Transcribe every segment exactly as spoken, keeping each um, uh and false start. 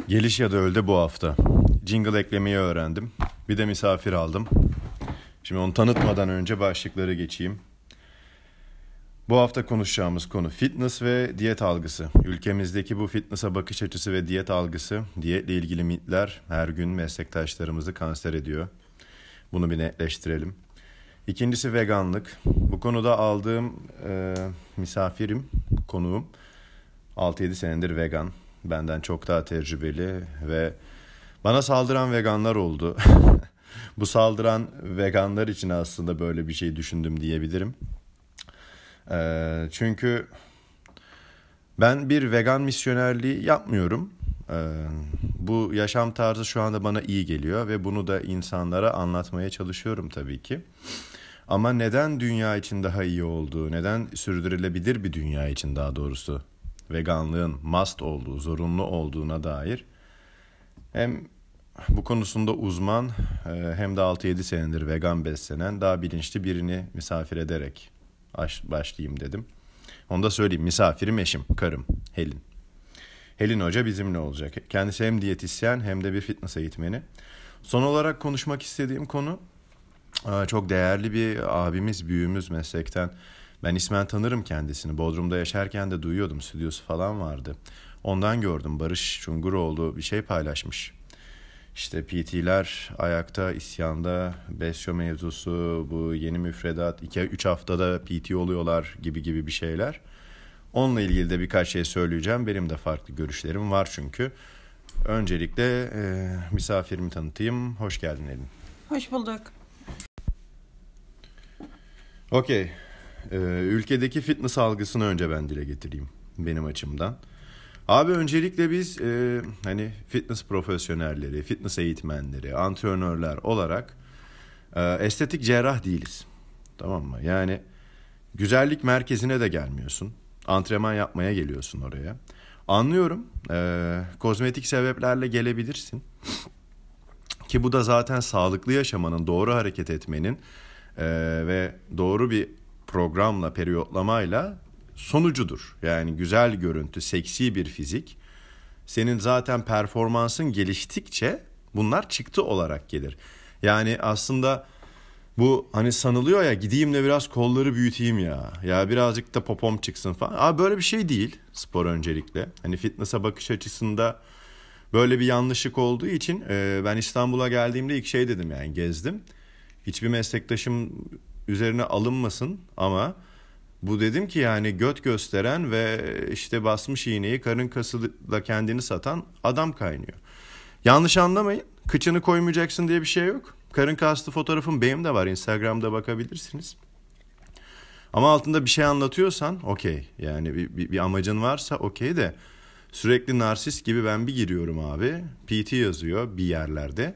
Geliş ya da öldü bu hafta. Jingle eklemeyi öğrendim. Bir de misafir aldım. Şimdi onu tanıtmadan önce başlıkları geçeyim. Bu hafta konuşacağımız konu fitness ve diyet algısı. Ülkemizdeki bu fitness'a bakış açısı ve diyet algısı, diyetle ilgili mitler her gün meslektaşlarımızı kanser ediyor. Bunu bir netleştirelim. İkincisi veganlık. Bu konuda aldığım e, misafirim, konuğum altı yedi senedir vegan. Benden çok daha tecrübeli ve bana saldıran veganlar oldu. Bu saldıran veganlar için aslında böyle bir şey düşündüm diyebilirim. Ee, çünkü ben bir vegan misyonerliği yapmıyorum. Ee, bu yaşam tarzı şu anda bana iyi geliyor ve bunu da insanlara anlatmaya çalışıyorum tabii ki. Ama neden dünya için daha iyi olduğu, neden sürdürülebilir bir dünya için daha doğrusu veganlığın must olduğu, zorunlu olduğuna dair hem bu konusunda uzman hem de altı yedi senedir vegan beslenen daha bilinçli birini misafir ederek başlayayım dedim. Onu da söyleyeyim. Misafirim eşim, karım Helin. Helin Hoca bizimle olacak. Kendisi hem diyetisyen hem de bir fitness eğitmeni. Son olarak konuşmak istediğim konu çok değerli bir abimiz, büyüğümüz meslekten. Ben ismen tanırım kendisini. Bodrum'da yaşarken de duyuyordum. Stüdyosu falan vardı. Ondan gördüm. Barış Çunguroğlu bir şey paylaşmış. İşte P T'ler ayakta, isyanda, Besyo mevzusu, bu yeni müfredat, iki üç haftada P T oluyorlar gibi gibi bir şeyler. Onunla ilgili de birkaç şey söyleyeceğim. Benim de farklı görüşlerim var çünkü. Öncelikle e, misafirimi tanıtayım. Hoş geldin Elin. Hoş bulduk. Okey. Ee, ülkedeki fitness algısını önce ben dile getireyim benim açımdan. Abi öncelikle biz e, hani fitness profesyonelleri, fitness eğitmenleri, antrenörler olarak e, estetik cerrah değiliz. Tamam mı? Yani güzellik merkezine de gelmiyorsun. Antrenman yapmaya geliyorsun oraya. Anlıyorum. E, kozmetik sebeplerle gelebilirsin. Ki bu da zaten sağlıklı yaşamanın, doğru hareket etmenin e, ve doğru bir programla, periyotlamayla sonucudur. Yani güzel görüntü, seksi bir fizik. Senin zaten performansın geliştikçe bunlar çıktı olarak gelir. Yani aslında bu hani sanılıyor ya, gideyim de biraz kolları büyüteyim ya. Ya birazcık da popom çıksın falan. Abi böyle bir şey değil spor öncelikle. Hani fitness'a bakış açısında böyle bir yanlışlık olduğu için e, ben İstanbul'a geldiğimde ilk şey dedim, yani gezdim. Hiçbir meslektaşım üzerine alınmasın ama bu dedim ki yani göt gösteren ve işte basmış iğneyi karın kasıyla kendini satan adam kaynıyor. Yanlış anlamayın, kıçını koymayacaksın diye bir şey yok. Karın kaslı fotoğrafım benim de var, Instagram'da bakabilirsiniz. Ama altında bir şey anlatıyorsan okey, yani bir, bir, bir amacın varsa okey de sürekli narsist gibi ben bir giriyorum abi. P T yazıyor bir yerlerde.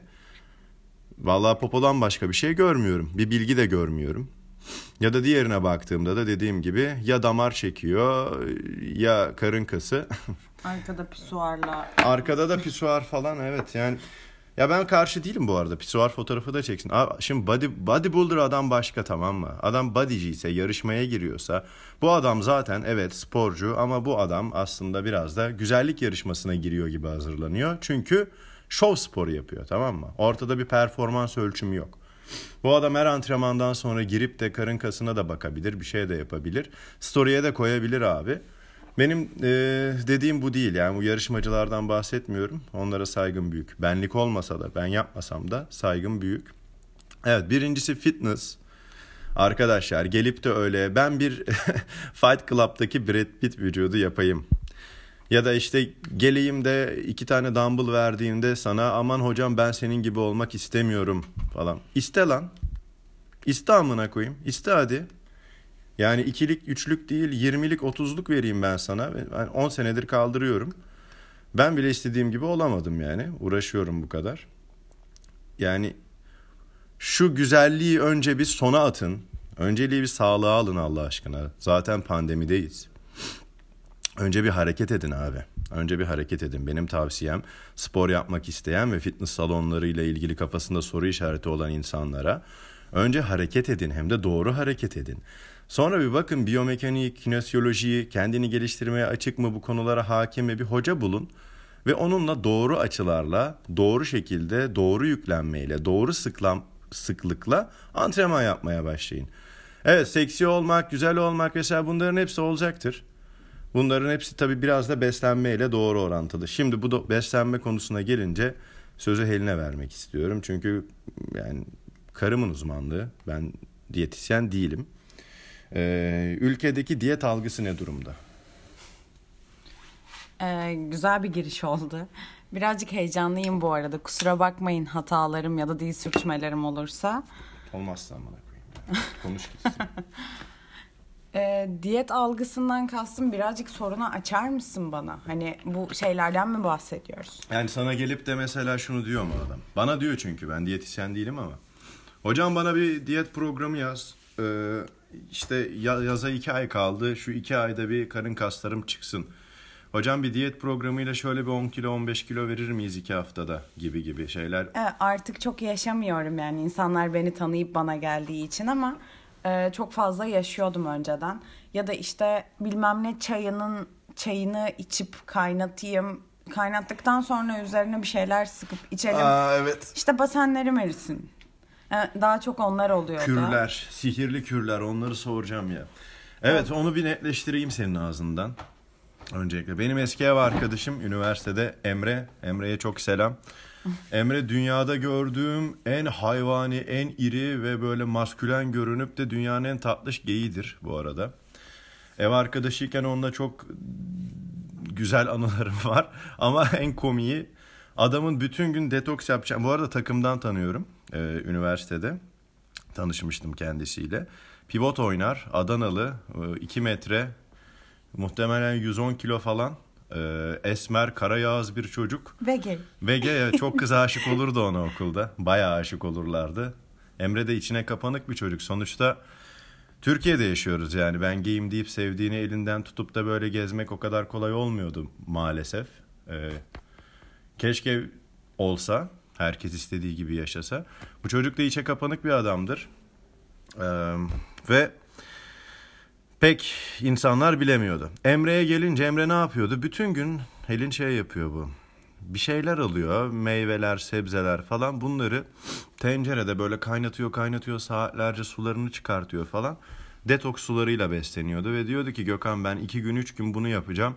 Vallahi popodan başka bir şey görmüyorum. Bir bilgi de görmüyorum. Ya da diğerine baktığımda da dediğim gibi ya damar çekiyor ya karın kası. Arkada pisuarla. Arkada da pisuar falan, evet yani. Ya ben karşı değilim bu arada. Pisuar fotoğrafı da çeksin. Abi şimdi body, bodybuilder adam başka, tamam mı? Adam bodyci ise, yarışmaya giriyorsa bu adam zaten evet sporcu ama bu adam aslında biraz da güzellik yarışmasına giriyor gibi hazırlanıyor. Çünkü şov sporu yapıyor, tamam mı? Ortada bir performans ölçümü yok. Bu adam her antrenmandan sonra girip de karın kasına da bakabilir, bir şey de yapabilir. Story'e de koyabilir abi. Benim e, dediğim bu değil, yani bu yarışmacılardan bahsetmiyorum. Onlara saygım büyük. Benlik olmasa da, ben yapmasam da saygım büyük. Evet, birincisi fitness. Arkadaşlar gelip de öyle ben bir Fight Club'daki Brad Pitt vücudu yapayım. Ya da işte geleyim de iki tane dumbbell verdiğinde sana aman hocam ben senin gibi olmak istemiyorum falan. İste lan. İste amına koyayım. İste hadi. Yani ikilik, üçlük değil, yirmilik, otuzluk vereyim ben sana. Ben on senedir kaldırıyorum. Ben bile istediğim gibi olamadım yani. Uğraşıyorum bu kadar. Yani şu güzelliği önce bir sona atın. Önceliği bir sağlığa alın Allah aşkına. Zaten pandemideyiz. Önce bir hareket edin abi. Önce bir hareket edin. Benim tavsiyem spor yapmak isteyen ve fitness salonlarıyla ilgili kafasında soru işareti olan insanlara önce hareket edin, hem de doğru hareket edin. Sonra bir bakın biyomekanik, kinezyoloji, kendini geliştirmeye açık mı, bu konulara hakim mi, bir hoca bulun. Ve onunla doğru açılarla, doğru şekilde, doğru yüklenmeyle, doğru sıklam, sıklıkla antrenman yapmaya başlayın. Evet, seksi olmak, güzel olmak vesaire bunların hepsi olacaktır. Bunların hepsi tabii biraz da beslenmeyle doğru orantılı. Şimdi bu beslenme konusuna gelince sözü Helin'e vermek istiyorum. Çünkü yani karımın uzmanlığı, ben diyetisyen değilim. Ee, ülkedeki diyet algısı ne durumda? Ee, güzel bir giriş oldu. Birazcık heyecanlıyım bu arada. Kusura bakmayın hatalarım ya da dil sürçmelerim olursa. Olmazsa amına koyayım. Konuş gitsin. Ee, diyet algısından kastım birazcık sorunu açar mısın bana? Hani bu şeylerden mi bahsediyoruz? Yani sana gelip de mesela şunu diyor mu adam? Bana diyor çünkü ben diyetisyen değilim ama. Hocam bana bir diyet programı yaz. Ee, işte yaza iki ay kaldı. Şu iki ayda bir karın kaslarım çıksın. Hocam bir diyet programıyla şöyle bir on kilo on beş kilo verir miyiz iki haftada gibi gibi şeyler. Ee, artık çok yaşamıyorum yani insanlar beni tanıyıp bana geldiği için ama e, çok fazla yaşıyordum önceden. Ya da işte bilmem ne çayının çayını içip kaynatayım. Kaynattıktan sonra üzerine bir şeyler sıkıp içelim. Aa, evet. İşte basenlerim erisin. Yani daha çok onlar oluyordu. Kürler, sihirli kürler, onları soracağım ya. Evet, evet, onu bir netleştireyim senin ağzından. Öncelikle benim eski ev arkadaşım üniversitede Emre. Emre'ye çok selam. Emre dünyada gördüğüm en hayvani, en iri ve böyle maskülen görünüp de dünyanın en tatlış geyiğidir bu arada. Ev arkadaşıyken onunla çok güzel anılarım var. Ama en komiği adamın bütün gün detoks yapacağım. Bu arada takımdan tanıyorum e, üniversitede. Tanışmıştım kendisiyle. Pivot oynar, Adanalı, iki metre, muhtemelen yüz on kilo falan. Ee, esmer, karayağız bir çocuk. Vege. Vege, çok kız aşık olurdu ona okulda. Bayağı aşık olurlardı. Emre de içine kapanık bir çocuk. Sonuçta Türkiye'de yaşıyoruz yani. Ben giyim deyip sevdiğini elinden tutup da böyle gezmek o kadar kolay olmuyordu maalesef. Ee, keşke olsa, herkes istediği gibi yaşasa. Bu çocuk da içe kapanık bir adamdır. Ee, ve pek insanlar bilemiyordu. Emre'ye gelince Emre ne yapıyordu? Bütün gün Helin şey yapıyor bu. Bir şeyler alıyor. Meyveler, sebzeler falan. Bunları tencerede böyle kaynatıyor kaynatıyor. Saatlerce sularını çıkartıyor falan. Detoks sularıyla besleniyordu. Ve diyordu ki Gökhan ben iki gün üç gün bunu yapacağım.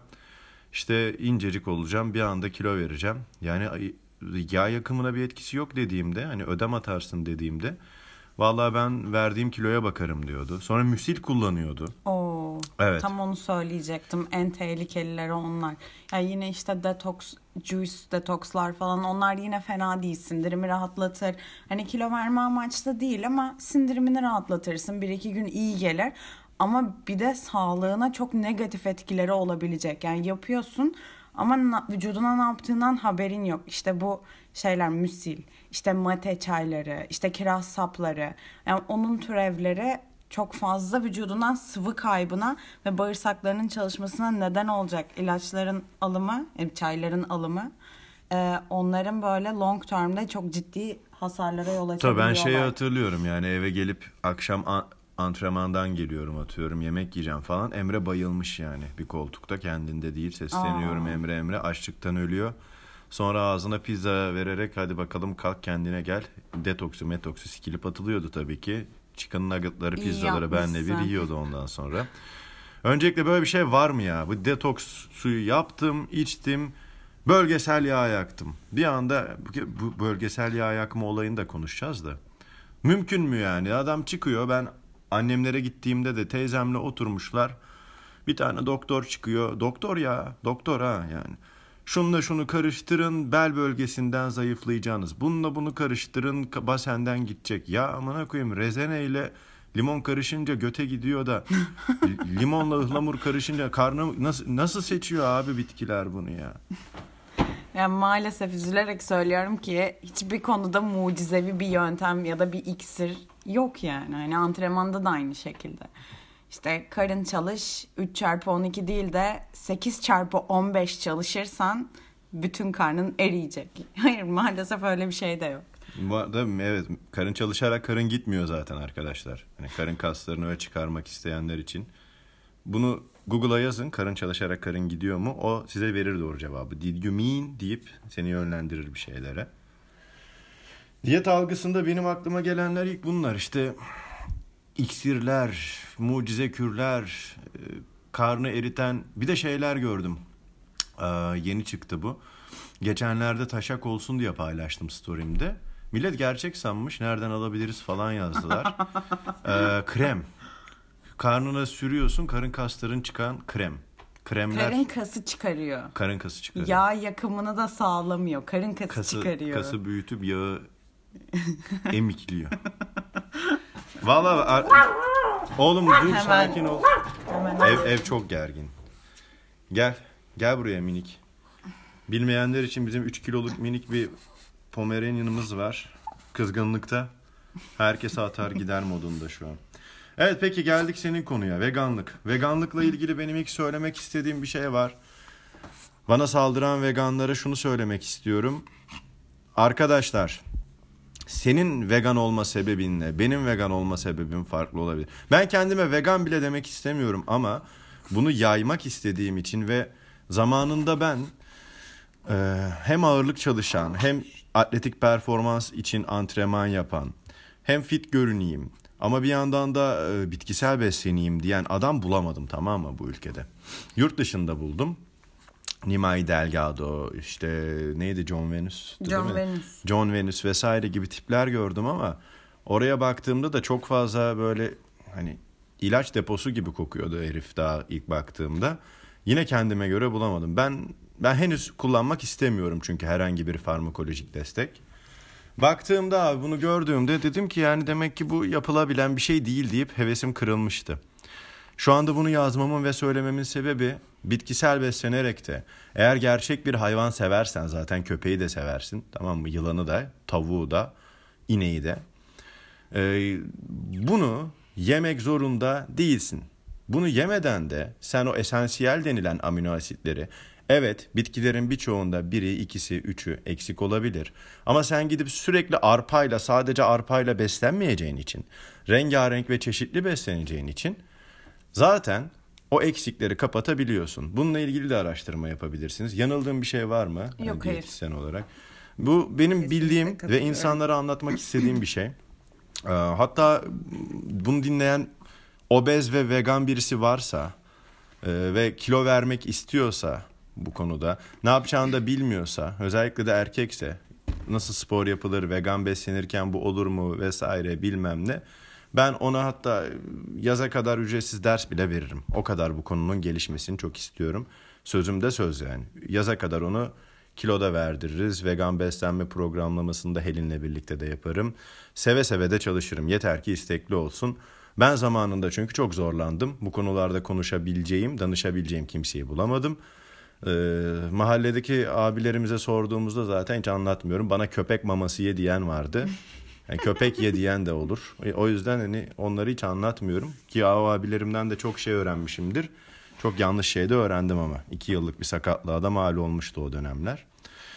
İşte incecik olacağım. Bir anda kilo vereceğim. Yani yağ yakımına bir etkisi yok dediğimde. Hani ödem atarsın dediğimde. Vallahi ben verdiğim kiloya bakarım diyordu. Sonra müsil kullanıyordu. Oo, evet. Tam onu söyleyecektim. En tehlikelileri onlar. Yani yine işte detoks, juice detokslar falan onlar yine fena değil. Sindirimi rahatlatır. Hani kilo verme amaçlı değil ama sindirimini rahatlatırsın. Bir iki gün iyi gelir. Ama bir de sağlığına çok negatif etkileri olabilecek. Yani yapıyorsun ama vücuduna ne yaptığından haberin yok. İşte bu şeyler müsil, işte mate çayları, işte kiraz sapları. Yani onun türevleri çok fazla vücudundan sıvı kaybına ve bağırsaklarının çalışmasına neden olacak ilaçların alımı, çayların alımı. Onların böyle long term'de çok ciddi hasarlara yol açabiliyorlar. Tabii ben şeyi hatırlıyorum yani eve gelip akşam antrenmandan geliyorum atıyorum yemek yiyeceğim falan. Emre bayılmış yani bir koltukta kendinde değil sesleniyorum. Aa. Emre Emre açlıktan ölüyor. Sonra ağzına pizza vererek hadi bakalım kalk kendine gel. Detoksu metoksu sikilip atılıyordu tabii ki. Chicken nuggetları pizzaları benle bir yiyordu ondan sonra. Öncelikle böyle bir şey var mı ya? Bu detoks suyu yaptım içtim. Bölgesel yağ yaktım. Bir anda bu bölgesel yağ yakma olayını da konuşacağız da. Mümkün mü yani? Adam çıkıyor ben annemlere gittiğimde de teyzemle oturmuşlar. Bir tane doktor çıkıyor. Doktor ya, doktor ha yani. Şununla şunu karıştırın, bel bölgesinden zayıflayacaksınız. Bununla bunu karıştırın, basenden gidecek. Ya amına koyayım rezeneyle limon karışınca göte gidiyor da limonla ıhlamur karışınca karnı nasıl nasıl seçiyor abi bitkiler bunu ya? Yani maalesef üzülerek söylüyorum ki hiçbir konuda mucizevi bir yöntem ya da bir iksir yok yani. Hani antrenmanda da aynı şekilde. İşte karın çalış üç çarpı on iki değil de sekiz çarpı on beş çalışırsan bütün karnın eriyecek. Hayır maalesef öyle bir şey de yok. Evet karın çalışarak karın gitmiyor zaten arkadaşlar. Hani karın kaslarını öyle çıkarmak isteyenler için. Bunu Google'a yazın karın çalışarak karın gidiyor mu? O size verir doğru cevabı. Did you mean deyip seni yönlendirir bir şeylere. Diyet algısında benim aklıma gelenler ilk bunlar. İşte iksirler, mucize kürler, karnı eriten bir de şeyler gördüm. Ee, yeni çıktı bu. Geçenlerde taşak olsun diye paylaştım story'imde. Millet gerçek sanmış. Nereden alabiliriz falan yazdılar. ee, krem. Karnına sürüyorsun, karın kasların çıkan krem. Kremler. Karın kası çıkarıyor. Karın kası çıkarıyor. Yağ yakımını da sağlamıyor. Karın kası, kası çıkarıyor. Kası büyütüp yağı emikliyor. Vallahi ar- oğlum dur Hemen. sakin ol. Hemen. Ev, ev çok gergin. Gel. Gel buraya minik. Bilmeyenler için bizim üç kiloluk minik bir Pomeranian'ımız var. Kızgınlıkta. Herkese atar gider modunda şu an. Evet peki geldik senin konuya. Veganlık. Veganlıkla ilgili benim ilk söylemek istediğim bir şey var. Bana saldıran veganlara şunu söylemek istiyorum. Arkadaşlar, senin vegan olma sebebinle benim vegan olma sebebim farklı olabilir. Ben kendime vegan bile demek istemiyorum ama bunu yaymak istediğim için ve zamanında ben e, hem ağırlık çalışan hem atletik performans için antrenman yapan hem fit görüneyim ama bir yandan da e, bitkisel besleneyim diyen adam bulamadım, tamam mı, bu ülkede. Yurt dışında buldum. Nimai Delgado, işte neydi, John Venus, John Venus. John Venus vesaire gibi tipler gördüm ama oraya baktığımda da çok fazla böyle hani ilaç deposu gibi kokuyordu herif daha ilk baktığımda. Yine kendime göre bulamadım. Ben ben henüz kullanmak istemiyorum çünkü herhangi bir farmakolojik destek. Baktığımda abi bunu gördüğümde dedim ki yani demek ki bu yapılabilen bir şey değil deyip hevesim kırılmıştı. Şu anda bunu yazmamın ve söylememin sebebi bitkisel beslenerek de eğer gerçek bir hayvan seversen zaten köpeği de seversin, tamam mı, yılanı da, tavuğu da, ineği de. Ee, bunu yemek zorunda değilsin. Bunu yemeden de sen o esansiyel denilen amino asitleri, evet bitkilerin birçoğunda biri, ikisi, üçü eksik olabilir. Ama sen gidip sürekli arpayla, sadece arpayla beslenmeyeceğin için, rengarenk ve çeşitli besleneceğin için zaten o eksikleri kapatabiliyorsun. Bununla ilgili de araştırma yapabilirsiniz. Yanıldığım bir şey var mı? Yok, yani hayır. Diyetisyen olarak. Bu benim Kesinlikle bildiğim ve insanlara anlatmak istediğim bir şey. Hatta bunu dinleyen obez ve vegan birisi varsa ve kilo vermek istiyorsa bu konuda, ne yapacağını da bilmiyorsa, özellikle de erkekse, nasıl spor yapılır, vegan beslenirken bu olur mu vesaire bilmem ne, ben ona hatta yaza kadar ücretsiz ders bile veririm. O kadar bu konunun gelişmesini çok istiyorum. Sözümde söz yani. Yaza kadar onu kiloda verdiririz. Vegan beslenme programlamasını da Helin'le birlikte de yaparım. Seve seve de çalışırım. Yeter ki istekli olsun. Ben zamanında çünkü çok zorlandım. Bu konularda konuşabileceğim, danışabileceğim kimseyi bulamadım. Ee, mahalledeki abilerimize sorduğumuzda zaten hiç anlatmıyorum. Bana köpek maması ye diyen vardı. Yani köpek ye diyen de olur. O yüzden hani onları hiç anlatmıyorum. Ki o abilerimden de çok şey öğrenmişimdir. Çok yanlış şey de öğrendim ama. iki yıllık bir sakatlığa da mal olmuştu o dönemler.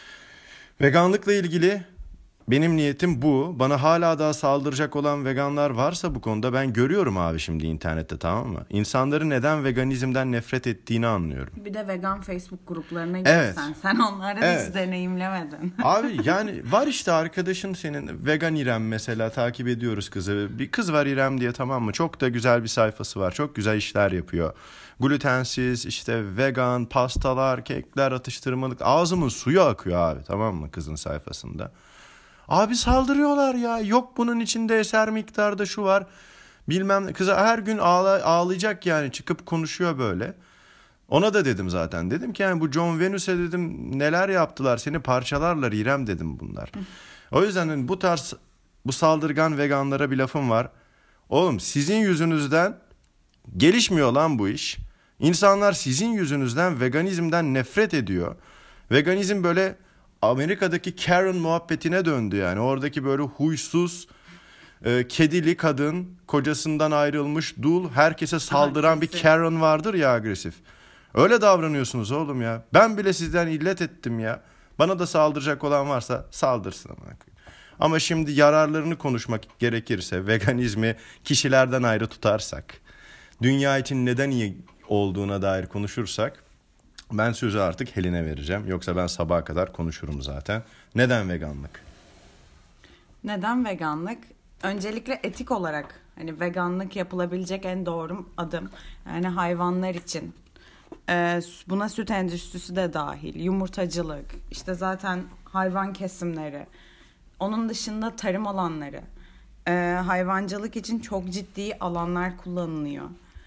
Veganlıkla ilgili benim niyetim bu. Bana hala daha saldıracak olan veganlar varsa bu konuda ben görüyorum abi şimdi internette, tamam mı? İnsanların neden veganizmden nefret ettiğini anlıyorum. Bir de vegan Facebook gruplarına Evet. girsen. Sen onları Evet. hiç deneyimlemedin. Abi yani var işte arkadaşın senin, vegan İrem mesela, takip ediyoruz kızı. Bir kız var İrem diye, tamam mı? Çok da güzel bir sayfası var. Çok güzel işler yapıyor. Glutensiz, işte vegan, pastalar, kekler, atıştırmalık. Ağzımın suyu akıyor abi, tamam mı, kızın sayfasında. Abi saldırıyorlar ya. Yok bunun içinde eser miktarda şu var. Bilmem ne. Kıza her gün ağla, ağlayacak yani, çıkıp konuşuyor böyle. Ona da dedim zaten. Dedim ki yani bu John Venus'e dedim neler yaptılar. Seni parçalarlar İrem dedim bunlar. O yüzden hani bu tarz, bu saldırgan veganlara bir lafım var. Oğlum sizin yüzünüzden gelişmiyor lan bu iş. İnsanlar sizin yüzünüzden veganizmden nefret ediyor. Veganizm böyle Amerika'daki Karen muhabbetine döndü yani. Oradaki böyle huysuz, e, kedili kadın, kocasından ayrılmış dul, herkese saldıran bir Karen vardır ya, agresif. Öyle davranıyorsunuz oğlum ya. Ben bile sizden illet ettim ya. Bana da saldıracak olan varsa saldırsın. Ama şimdi yararlarını konuşmak gerekirse, veganizmi kişilerden ayrı tutarsak, dünya için neden iyi olduğuna dair konuşursak ben sözü artık Helin'e vereceğim. Yoksa ben sabaha kadar konuşurum zaten. Neden veganlık? Neden veganlık? Öncelikle etik olarak hani veganlık yapılabilecek en doğru adım. Yani hayvanlar için. Ee, buna süt endüstrisi de dahil. Yumurtacılık, işte zaten hayvan kesimleri. Onun dışında tarım alanları. Ee, hayvancılık için çok ciddi alanlar kullanılıyor.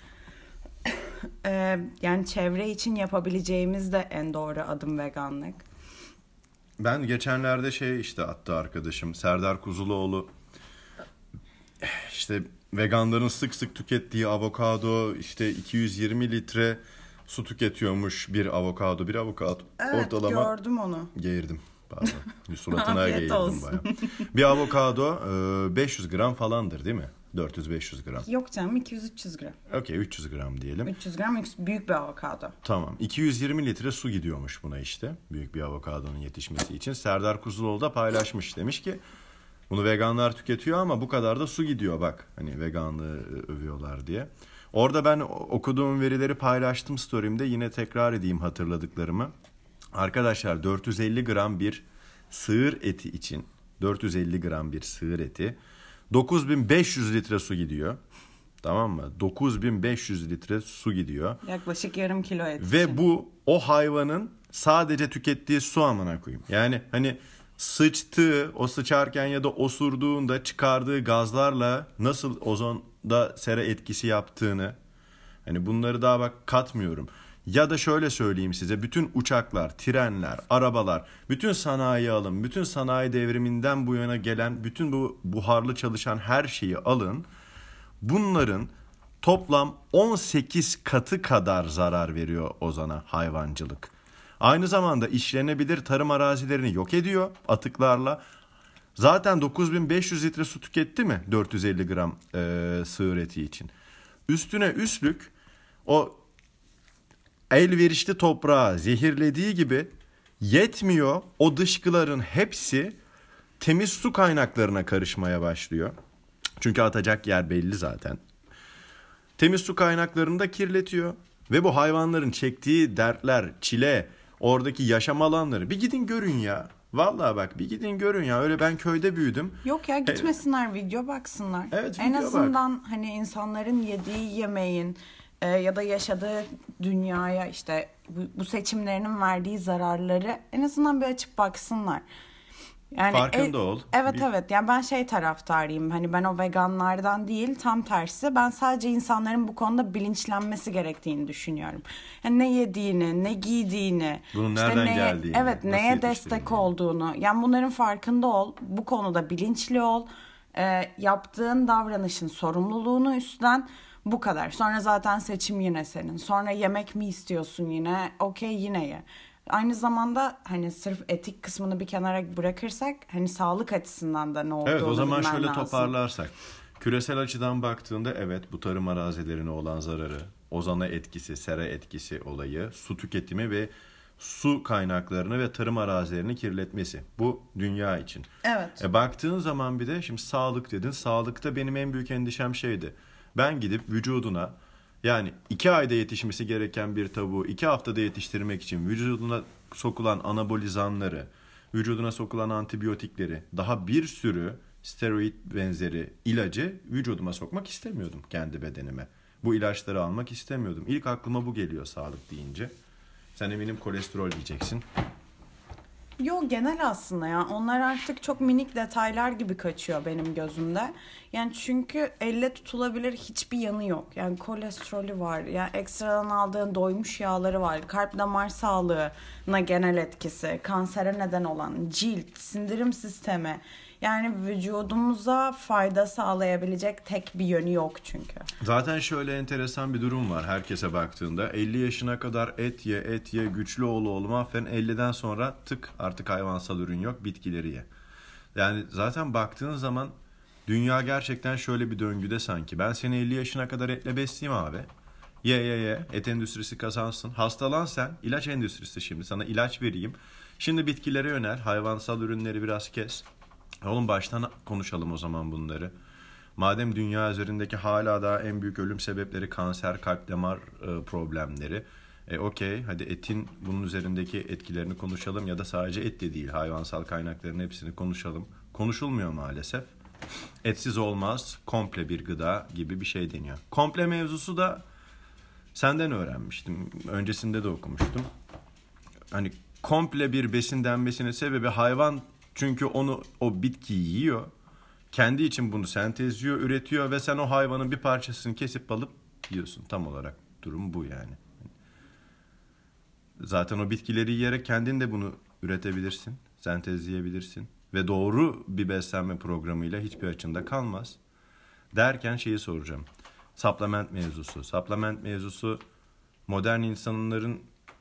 ee, yani çevre için yapabileceğimiz de en doğru adım veganlık. Ben geçenlerde şey işte attı arkadaşım Serdar Kuzuloğlu, işte veganların sık sık tükettiği avokado, işte iki yüz yirmi litre su tüketiyormuş bir avokado. Bir avokado evet, ortalama. gördüm onu. Geğirdim. Pardon. Suratına Afiyet geğirdim olsun. bayağı. Bir avokado beş yüz gram falandır değil mi? dört yüz beş yüz gram. Yok canım, iki yüz üç yüz gram. Okey, üç yüz gram diyelim. üç yüz gram büyük bir avokado. Tamam. iki yüz yirmi litre su gidiyormuş buna işte. Büyük bir avokadonun yetişmesi için. Serdar Kuzuloğlu da paylaşmış. Demiş ki bunu veganlar tüketiyor ama bu kadar da su gidiyor bak. Hani veganlığı övüyorlar diye. Orada ben okuduğum verileri paylaştım story'imde. Yine tekrar edeyim hatırladıklarımı. Arkadaşlar dört yüz elli gram bir sığır eti için, dört yüz elli gram bir sığır eti dokuz bin beş yüz litre su gidiyor. Tamam mı? dokuz bin beş yüz litre su gidiyor. Yaklaşık yarım kilo et Ve için. bu o hayvanın sadece tükettiği su amına koyayım. Yani hani sıçtığı, o sıçarken ya da osurduğunda çıkardığı gazlarla nasıl ozonda sera etkisi yaptığını, hani bunları daha bak katmıyorum. Ya da şöyle söyleyeyim size, bütün uçaklar, trenler, arabalar, bütün sanayi alın, bütün sanayi devriminden bu yana gelen bütün bu buharlı çalışan her şeyi alın. Bunların toplam on sekiz katı kadar zarar veriyor ozona hayvancılık. Aynı zamanda işlenebilir tarım arazilerini yok ediyor atıklarla. Zaten dokuz bin beş yüz litre su tüketti mi dört yüz elli gram e, sığır eti için? Üstüne üstlük o elverişli toprağı zehirlediği gibi yetmiyor. O dışkıların hepsi temiz su kaynaklarına karışmaya başlıyor. Çünkü atacak yer belli zaten. Temiz su kaynaklarını da kirletiyor. Ve bu hayvanların çektiği dertler, çile, oradaki yaşam alanları. Bir gidin görün ya. Vallahi bak bir gidin görün ya. Öyle ben köyde büyüdüm. Yok ya, gitmesinler, evet. Video baksınlar. Evet, en video azından bak. Hani insanların yediği yemeğin e, ya da yaşadığı dünyaya işte bu, bu seçimlerinin verdiği zararları en azından bir açıp baksınlar. Yani Farkında e, ol. Evet bir... evet yani ben şey taraftarıyım, hani ben o veganlardan değil, tam tersi, ben sadece insanların bu konuda bilinçlenmesi gerektiğini düşünüyorum. Yani ne yediğini, ne giydiğini, bunun işte nereden neye, geldiğini, evet neye destek olduğunu, yani bunların farkında ol, bu konuda bilinçli ol, e, yaptığın davranışın sorumluluğunu üstlen. Bu kadar. Sonra zaten seçim yine senin. Sonra yemek mi istiyorsun yine? Okey, yine ye. Aynı zamanda hani sırf etik kısmını bir kenara bırakırsak hani sağlık açısından da ne olduğunu Evet, o zaman bilmen şöyle lazım. toparlarsak. Küresel açıdan baktığında evet bu tarım arazilerine olan zararı, ozona etkisi, sera etkisi olayı, su tüketimi ve su kaynaklarını ve tarım arazilerini kirletmesi. Bu dünya için. Evet. E baktığın zaman bir de şimdi sağlık dedin. Sağlıkta benim en büyük endişem şeydi. Ben gidip vücuduna, yani iki ayda yetişmesi gereken bir tavuğu iki haftada yetiştirmek için vücuduna sokulan anabolizanları, vücuduna sokulan antibiyotikleri, daha bir sürü steroid benzeri ilacı vücuduma sokmak istemiyordum kendi bedenime. Bu ilaçları almak istemiyordum. İlk aklıma bu geliyor sağlık deyince. Sen eminim kolesterol diyeceksin. Yo, genel aslında ya. Onlar artık çok minik detaylar gibi kaçıyor benim gözümde. Yani çünkü elle tutulabilir hiçbir yanı yok. Yani kolesterolü var. Yani ekstradan aldığın doymuş yağları var. Kalp damar sağlığına genel etkisi, kansere neden olan cilt, sindirim sistemi. Yani vücudumuza fayda sağlayabilecek tek bir yönü yok çünkü. Zaten şöyle enteresan bir durum var herkese baktığında. elli yaşına kadar et ye, et ye, güçlü ol oğlum aferin. elliden sonra tık artık hayvansal ürün yok, bitkileri ye. Yani zaten baktığın zaman dünya gerçekten şöyle bir döngüde sanki. Ben seni elli yaşına kadar etle besleyeyim abi. Ye ye ye, et endüstrisi kazansın. Hastalan sen, ilaç endüstrisi şimdi sana ilaç vereyim. Şimdi bitkilere yönel, hayvansal ürünleri biraz kes. Oğlum baştan konuşalım o zaman bunları. Madem dünya üzerindeki hala daha en büyük ölüm sebepleri kanser, kalp damar e, problemleri. E okey, hadi etin bunun üzerindeki etkilerini konuşalım ya da sadece et de değil, hayvansal kaynakların hepsini konuşalım. Konuşulmuyor maalesef. Etsiz olmaz, komple bir gıda gibi bir şey deniyor. Komple mevzusu da senden öğrenmiştim. Öncesinde de okumuştum. Hani komple bir besin denmesinin sebebi hayvan çünkü onu o bitkiyi yiyor. Kendi için bunu sentezliyor, üretiyor ve sen o hayvanın bir parçasını kesip alıp yiyorsun. Tam olarak durum bu yani. Zaten o bitkileri yiyerek kendin de bunu üretebilirsin, sentezleyebilirsin. Ve doğru bir beslenme programıyla hiçbir açında kalmaz. Derken şeyi soracağım. Supplement mevzusu. Supplement mevzusu modern insanların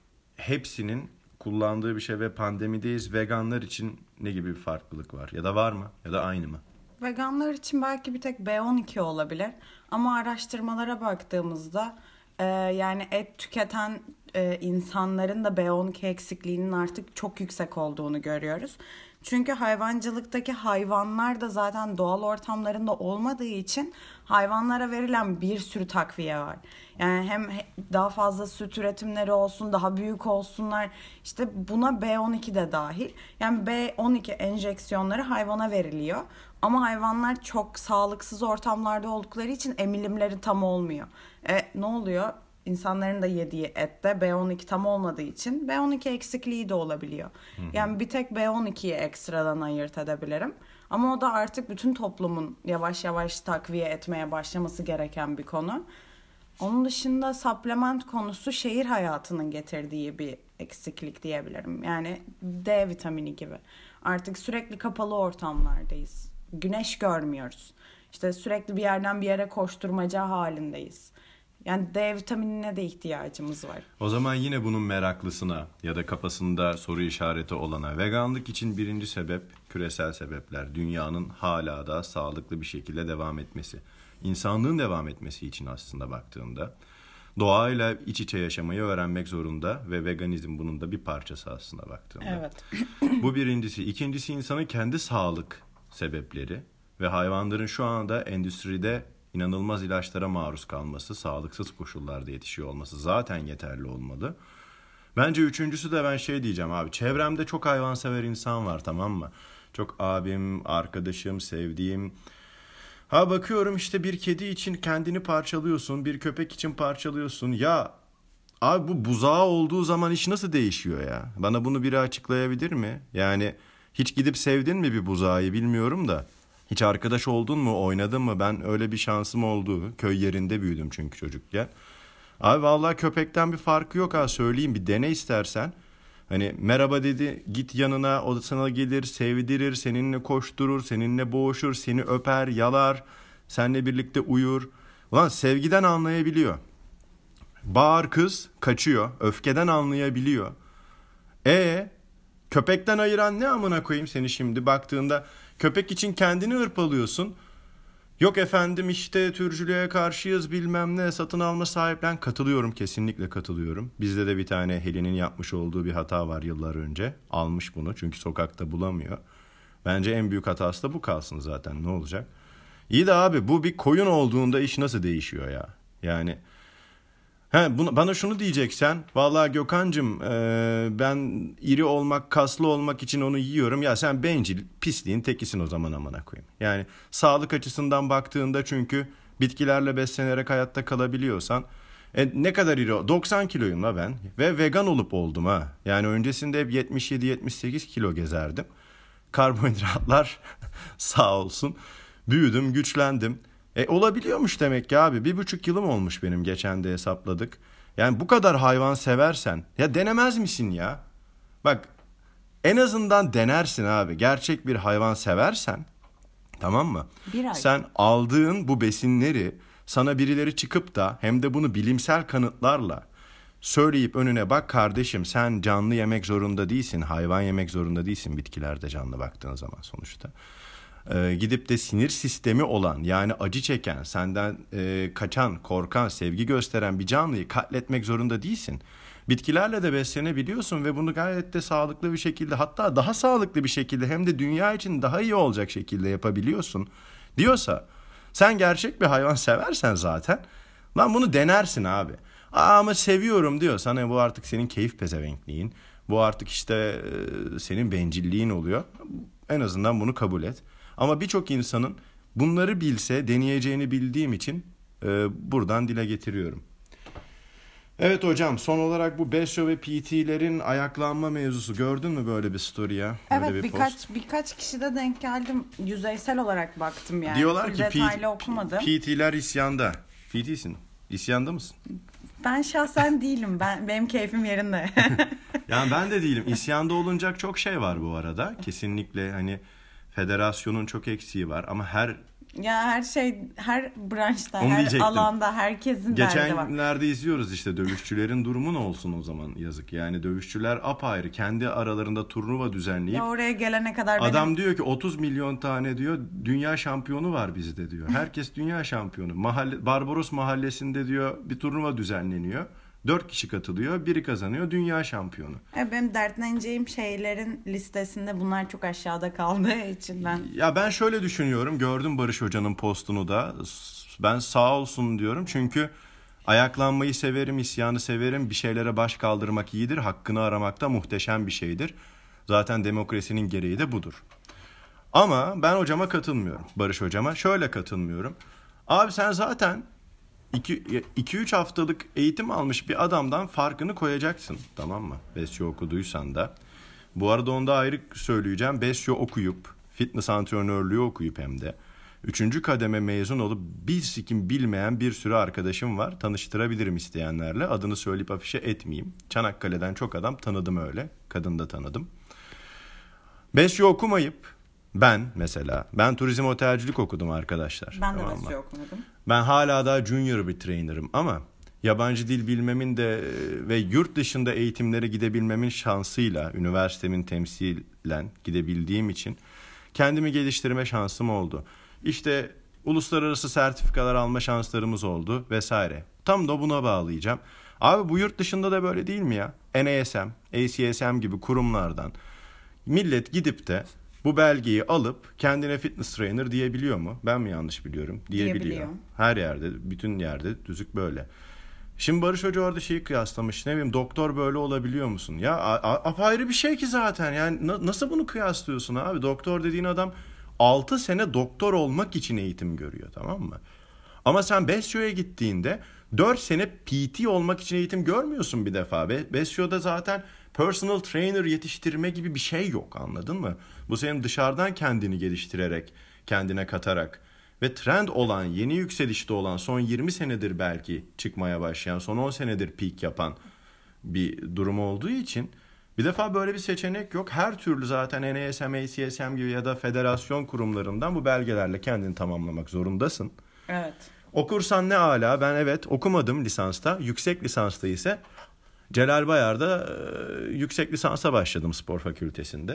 hepsinin kullandığı bir şey ve pandemideyiz. Veganlar için ne gibi bir farklılık var? Ya da var mı? Ya da aynı mı? Veganlar için belki bir tek B on iki olabilir. Ama araştırmalara baktığımızda e, yani et tüketen e, insanların da B on iki eksikliğinin artık çok yüksek olduğunu görüyoruz. Çünkü hayvancılıktaki hayvanlar da zaten doğal ortamlarında olmadığı için hayvanlara verilen bir sürü takviye var. Yani hem daha fazla süt üretimleri olsun, daha büyük olsunlar. İşte buna B on iki de dahil. Yani B on iki enjeksiyonları hayvana veriliyor. Ama hayvanlar çok sağlıksız ortamlarda oldukları için emilimleri tam olmuyor. E, ne oluyor? İnsanların da yediği ette B on iki tam olmadığı için B on iki eksikliği de olabiliyor. Hı hı. Yani bir tek B on ikiyi ekstradan ayırt edebilirim. Ama o da artık bütün toplumun yavaş yavaş takviye etmeye başlaması gereken bir konu. Onun dışında supplement konusu şehir hayatının getirdiği bir eksiklik diyebilirim. Yani D vitamini gibi. Artık sürekli kapalı ortamlardayız. Güneş görmüyoruz. İşte sürekli bir yerden bir yere koşturmaca halindeyiz. Yani D vitaminine de ihtiyacımız var. O zaman yine bunun meraklısına ya da kafasında soru işareti olana veganlık için birinci sebep küresel sebepler. Dünyanın hala da sağlıklı bir şekilde devam etmesi. İnsanlığın devam etmesi için aslında baktığında doğayla iç içe yaşamayı öğrenmek zorunda ve veganizm bunun da bir parçası aslında baktığında. Evet. Bu birincisi. İkincisi insanın kendi sağlık sebepleri ve hayvanların şu anda endüstride inanılmaz ilaçlara maruz kalması, sağlıksız koşullarda yetişiyor olması zaten yeterli olmalı. Bence üçüncüsü de ben şey diyeceğim abi. Çevremde çok hayvansever insan var, tamam mı? Çok abim, arkadaşım, sevdiğim. Ha bakıyorum işte bir kedi için kendini parçalıyorsun, bir köpek için parçalıyorsun. Ya abi bu buzağı olduğu zaman iş nasıl değişiyor ya? Bana bunu biri açıklayabilir mi? Yani hiç gidip sevdin mi bir buzağı bilmiyorum da. Hiç arkadaş oldun mu, oynadın mı? Ben öyle bir şansım oldu. Köy yerinde büyüdüm çünkü çocukken. Abi vallahi köpekten bir farkı yok ha, söyleyeyim, bir dene istersen. Hani merhaba dedi, git yanına, o da sana gelir, sevdirir, seninle koşturur, seninle boğuşur, seni öper, yalar, seninle birlikte uyur. Ulan sevgiden anlayabiliyor. Bağır kız, kaçıyor, öfkeden anlayabiliyor. E köpekten ayıran ne amına koyayım seni şimdi baktığında? Köpek için kendini hırpalıyorsun. Yok efendim işte türcülüğe karşıyız bilmem ne, satın alma sahiplen. Katılıyorum, kesinlikle katılıyorum. Bizde de bir tane Helin'in yapmış olduğu bir hata var yıllar önce. Almış bunu çünkü sokakta bulamıyor. Bence en büyük hatası da bu kalsın zaten, ne olacak? İyi de abi bu bir koyun olduğunda iş nasıl değişiyor ya? Yani he, bunu, bana şunu diyeceksen, vallahi Gökhan'cığım e, ben iri olmak, kaslı olmak için onu yiyorum. Ya sen bencil, pisliğin tekisin o zaman amına koyayım. Yani sağlık açısından baktığında çünkü bitkilerle beslenerek hayatta kalabiliyorsan e, ne kadar iri o? doksan kiloyum la ben ve vegan olup oldum ha. Yani öncesinde hep yetmiş yedi yetmiş sekiz kilo gezerdim. Karbonhidratlar sağ olsun. Büyüdüm, güçlendim. E olabiliyormuş demek ki abi. Bir buçuk yılım olmuş benim, geçen de hesapladık. Yani bu kadar hayvan seversen ya denemez misin ya? Bak en azından denersin abi. Gerçek bir hayvan seversen, tamam mı? Sen aldığın bu besinleri sana birileri çıkıp da hem de bunu bilimsel kanıtlarla söyleyip önüne, bak kardeşim sen canlı yemek zorunda değilsin. Hayvan yemek zorunda değilsin, bitkilerde canlı baktığın zaman sonuçta. Ee, gidip de sinir sistemi olan, yani acı çeken, senden e, kaçan, korkan, sevgi gösteren bir canlıyı katletmek zorunda değilsin. Bitkilerle de beslenebiliyorsun ve bunu gayet de sağlıklı bir şekilde, hatta daha sağlıklı bir şekilde, hem de dünya için daha iyi olacak şekilde yapabiliyorsun diyorsa Sen gerçek bir hayvan seversen zaten lan bunu denersin abi. Aa, ama seviyorum diyor. Sana bu artık senin keyif pezevenkliğin. Bu artık işte e, senin bencilliğin oluyor. En azından bunu kabul et. Ama birçok insanın bunları bilse deneyeceğini bildiğim için e, buradan dile getiriyorum. Evet hocam, son olarak bu Besyo ve P T'lerin ayaklanma mevzusu, gördün mü böyle bir story ya? Böyle Evet, bir birkaç post. birkaç kişide denk geldim. Yüzeysel olarak baktım yani. Diyorlar Full ki detaylı P- okumadım. P T'ler isyanda. P T'sin. İsyanda mısın? Ben şahsen değilim. Ben benim keyfim yerinde. Yani ben de değilim. İsyanda olunacak çok şey var bu arada. Kesinlikle hani federasyonun çok eksiği var ama her Ya her şey, her branşta, Onu her diyecektim. alanda herkesin derdi var. geçenlerde izliyoruz işte, dövüşçülerin durumu ne olsun o zaman, yazık. Yani dövüşçüler apayrı kendi aralarında turnuva düzenleyip Ya oraya gelene kadar adam benim... diyor ki otuz milyon tane diyor dünya şampiyonu var bizde diyor. Herkes dünya şampiyonu. Mahalle, Barbaros mahallesinde diyor bir turnuva düzenleniyor. Dört kişi katılıyor, biri kazanıyor, dünya şampiyonu. Ya benim dertleneceğim şeylerin listesinde bunlar çok aşağıda kaldığı için ben... Ya ben şöyle düşünüyorum, gördüm Barış Hoca'nın postunu da, ben sağ olsun diyorum çünkü ayaklanmayı severim, isyanı severim, bir şeylere baş kaldırmak iyidir, hakkını aramak da muhteşem bir şeydir. Zaten demokrasinin gereği de budur. Ama ben hocama katılmıyorum, Barış Hocama şöyle katılmıyorum. Abi sen zaten iki üç haftalık eğitim almış bir adamdan farkını koyacaksın, tamam mı? Besyo okuduysan da. Bu arada onu da ayrı söyleyeceğim. Besyo okuyup, fitness antrenörlüğü okuyup hem de üçüncü kademe mezun olup bir sikim bilmeyen bir sürü arkadaşım var. Tanıştırabilirim isteyenlerle. Adını söyleyip afişe etmeyeyim. Çanakkale'den çok adam tanıdım öyle. Kadın da tanıdım. Besyo okumayıp ben mesela, ben turizm otelcilik okudum arkadaşlar. Ben de tamam mı? Besyo okumadım. Ben hala daha junior bir trainer'ım ama yabancı dil bilmemin de ve yurt dışında eğitimlere gidebilmemin şansıyla üniversitemin temsilen gidebildiğim için kendimi geliştirme şansım oldu. İşte uluslararası sertifikalar alma şanslarımız oldu vesaire. Tam da buna bağlayacağım. Abi bu yurt dışında da böyle değil mi ya? N A S M, A C S M gibi kurumlardan millet gidip de bu belgeyi alıp kendine fitness trainer diyebiliyor mu? Ben mi yanlış biliyorum? Diyebiliyor. Diyebiliyor. Her yerde, bütün yerde düzük böyle. Şimdi Barış Hoca orada şeyi kıyaslamış. Ne bileyim, doktor böyle olabiliyor musun? Ya apayrı bir şey ki zaten. Yani na- nasıl bunu kıyaslıyorsun abi? Doktor dediğin adam altı sene doktor olmak için eğitim görüyor, tamam mı? Ama sen Besyo'ya gittiğinde dört sene P T olmak için eğitim görmüyorsun bir defa. Be- Besyo'da zaten personal trainer yetiştirme gibi bir şey yok, anladın mı? Bu senin dışarıdan kendini geliştirerek, kendine katarak ve trend olan, yeni yükselişte olan, son yirmi senedir belki çıkmaya başlayan, son on senedir peak yapan bir durum olduğu için bir defa böyle bir seçenek yok. Her türlü zaten N A S M, A C S M gibi ya da federasyon kurumlarından bu belgelerle kendini tamamlamak zorundasın. Evet. Okursan ne ala. Ben evet okumadım lisansta. Yüksek lisansta ise Celal Bayar'da e, yüksek lisansa başladım spor fakültesinde.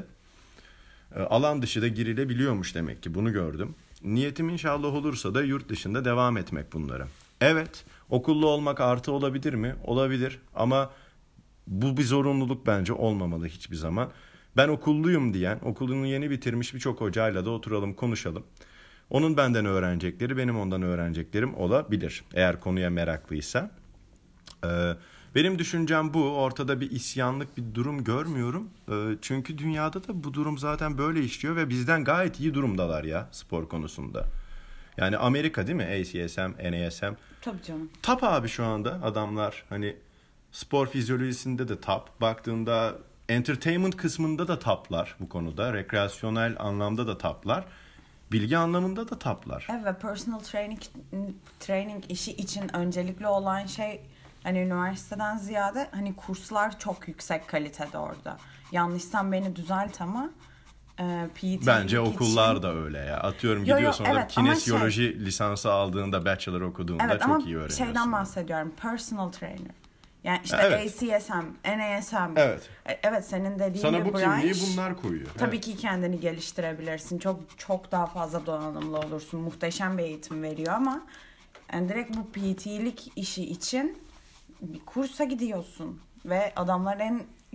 E, alan dışı da girilebiliyormuş demek ki, bunu gördüm. Niyetim inşallah olursa da yurt dışında devam etmek bunlara. Evet, okullu olmak artı olabilir mi? Olabilir ama bu bir zorunluluk bence olmamalı hiçbir zaman. Ben okulluyum diyen, okulunu yeni bitirmiş birçok hocayla da oturalım konuşalım. Onun benden öğrenecekleri, benim ondan öğreneceklerim olabilir. Eğer konuya meraklıysa. Ee, benim düşüncem bu. Ortada bir isyanlık bir durum görmüyorum. Ee, çünkü dünyada da bu durum zaten böyle işliyor ve bizden gayet iyi durumdalar ya spor konusunda. Yani Amerika değil mi? A C S M, N A S M. Tabii canım. Top abi şu anda adamlar, hani spor fizyolojisinde de top. Baktığında entertainment kısmında da toplar bu konuda. Rekreasyonel anlamda da toplar. Bilgi anlamında da toplar. Evet, ve personal training training işi için öncelikli olan şey, hani üniversiteden ziyade hani kurslar çok yüksek kalitede orada. Yanlışsam beni düzelt ama e, P T'lik bence okullar için... da öyle ya. Atıyorum Yo, yo, gidiyorsun orada evet, ama kinesiyoloji şey... lisansı aldığında, bachelor okuduğunda evet, çok ama iyi öğreniyorsun. şeyden bahsediyorum. Personal trainer. Yani işte evet. A C S M, N A S M. Evet. Evet, senin dediğin sana bu branş, kimliği bunlar koyuyor. tabii evet. ki kendini geliştirebilirsin. Çok çok daha fazla donanımlı olursun. Muhteşem bir eğitim veriyor ama yani direkt bu P T'lik işi için bir kursa gidiyorsun ve adamlar en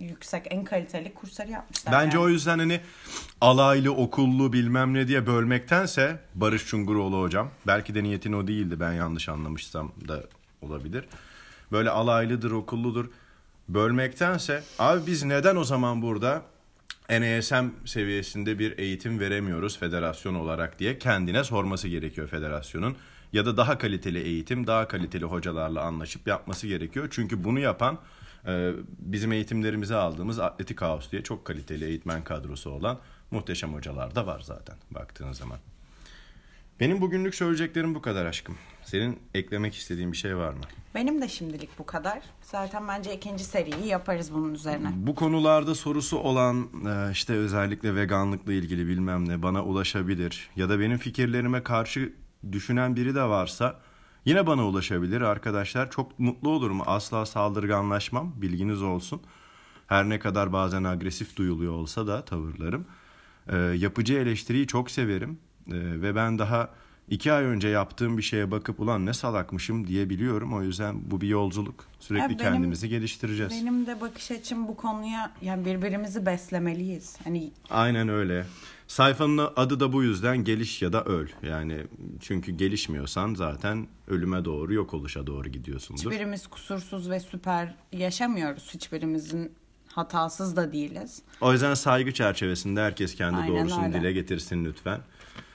yüksek, en kaliteli kursları yapmışlar. Bence yani. o yüzden hani alaylı, okullu bilmem ne diye bölmektense Barış Çunguroğlu hocam, belki de niyetin o değildi, ben yanlış anlamışsam da olabilir. Böyle alaylıdır, okulludur bölmektense abi biz neden o zaman burada N A S M seviyesinde bir eğitim veremiyoruz federasyon olarak diye kendine sorması gerekiyor federasyonun. Ya da daha kaliteli eğitim, daha kaliteli hocalarla anlaşıp yapması gerekiyor. Çünkü bunu yapan bizim eğitimlerimize aldığımız Atletik House diye çok kaliteli eğitmen kadrosu olan muhteşem hocalar da var zaten baktığın zaman. Benim bugünlük söyleyeceklerim bu kadar aşkım. Senin eklemek istediğin bir şey var mı? Benim de şimdilik bu kadar. Zaten bence ikinci seriyi yaparız bunun üzerine. Bu konularda sorusu olan işte özellikle veganlıkla ilgili bilmem ne bana ulaşabilir. Ya da benim fikirlerime karşı düşünen biri de varsa yine bana ulaşabilir arkadaşlar. Çok mutlu olurum. Asla saldırganlaşmam. Bilginiz olsun. Her ne kadar bazen agresif duyuluyor olsa da tavırlarım. E, yapıcı eleştiriyi çok severim. E, ve ben daha iki ay önce yaptığım bir şeye bakıp ulan ne salakmışım diyebiliyorum. O yüzden bu bir yolculuk. Sürekli Ya benim, kendimizi geliştireceğiz. Benim de bakış açım bu konuya, yani birbirimizi beslemeliyiz. Hani aynen öyle. Sayfanın adı da bu yüzden geliş ya da öl. Yani çünkü gelişmiyorsan zaten ölüme doğru, yok oluşa doğru gidiyorsundur. Hiçbirimiz kusursuz ve süper yaşamıyoruz. Hiçbirimizin hatasız da değiliz. O yüzden saygı çerçevesinde herkes kendi aynen doğrusunu öyle. dile getirsin lütfen.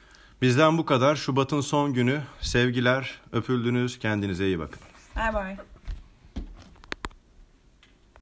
Bizden bu kadar. Şubat'ın son günü. Sevgiler, öpüldünüz. Kendinize iyi bakın. Bye bye.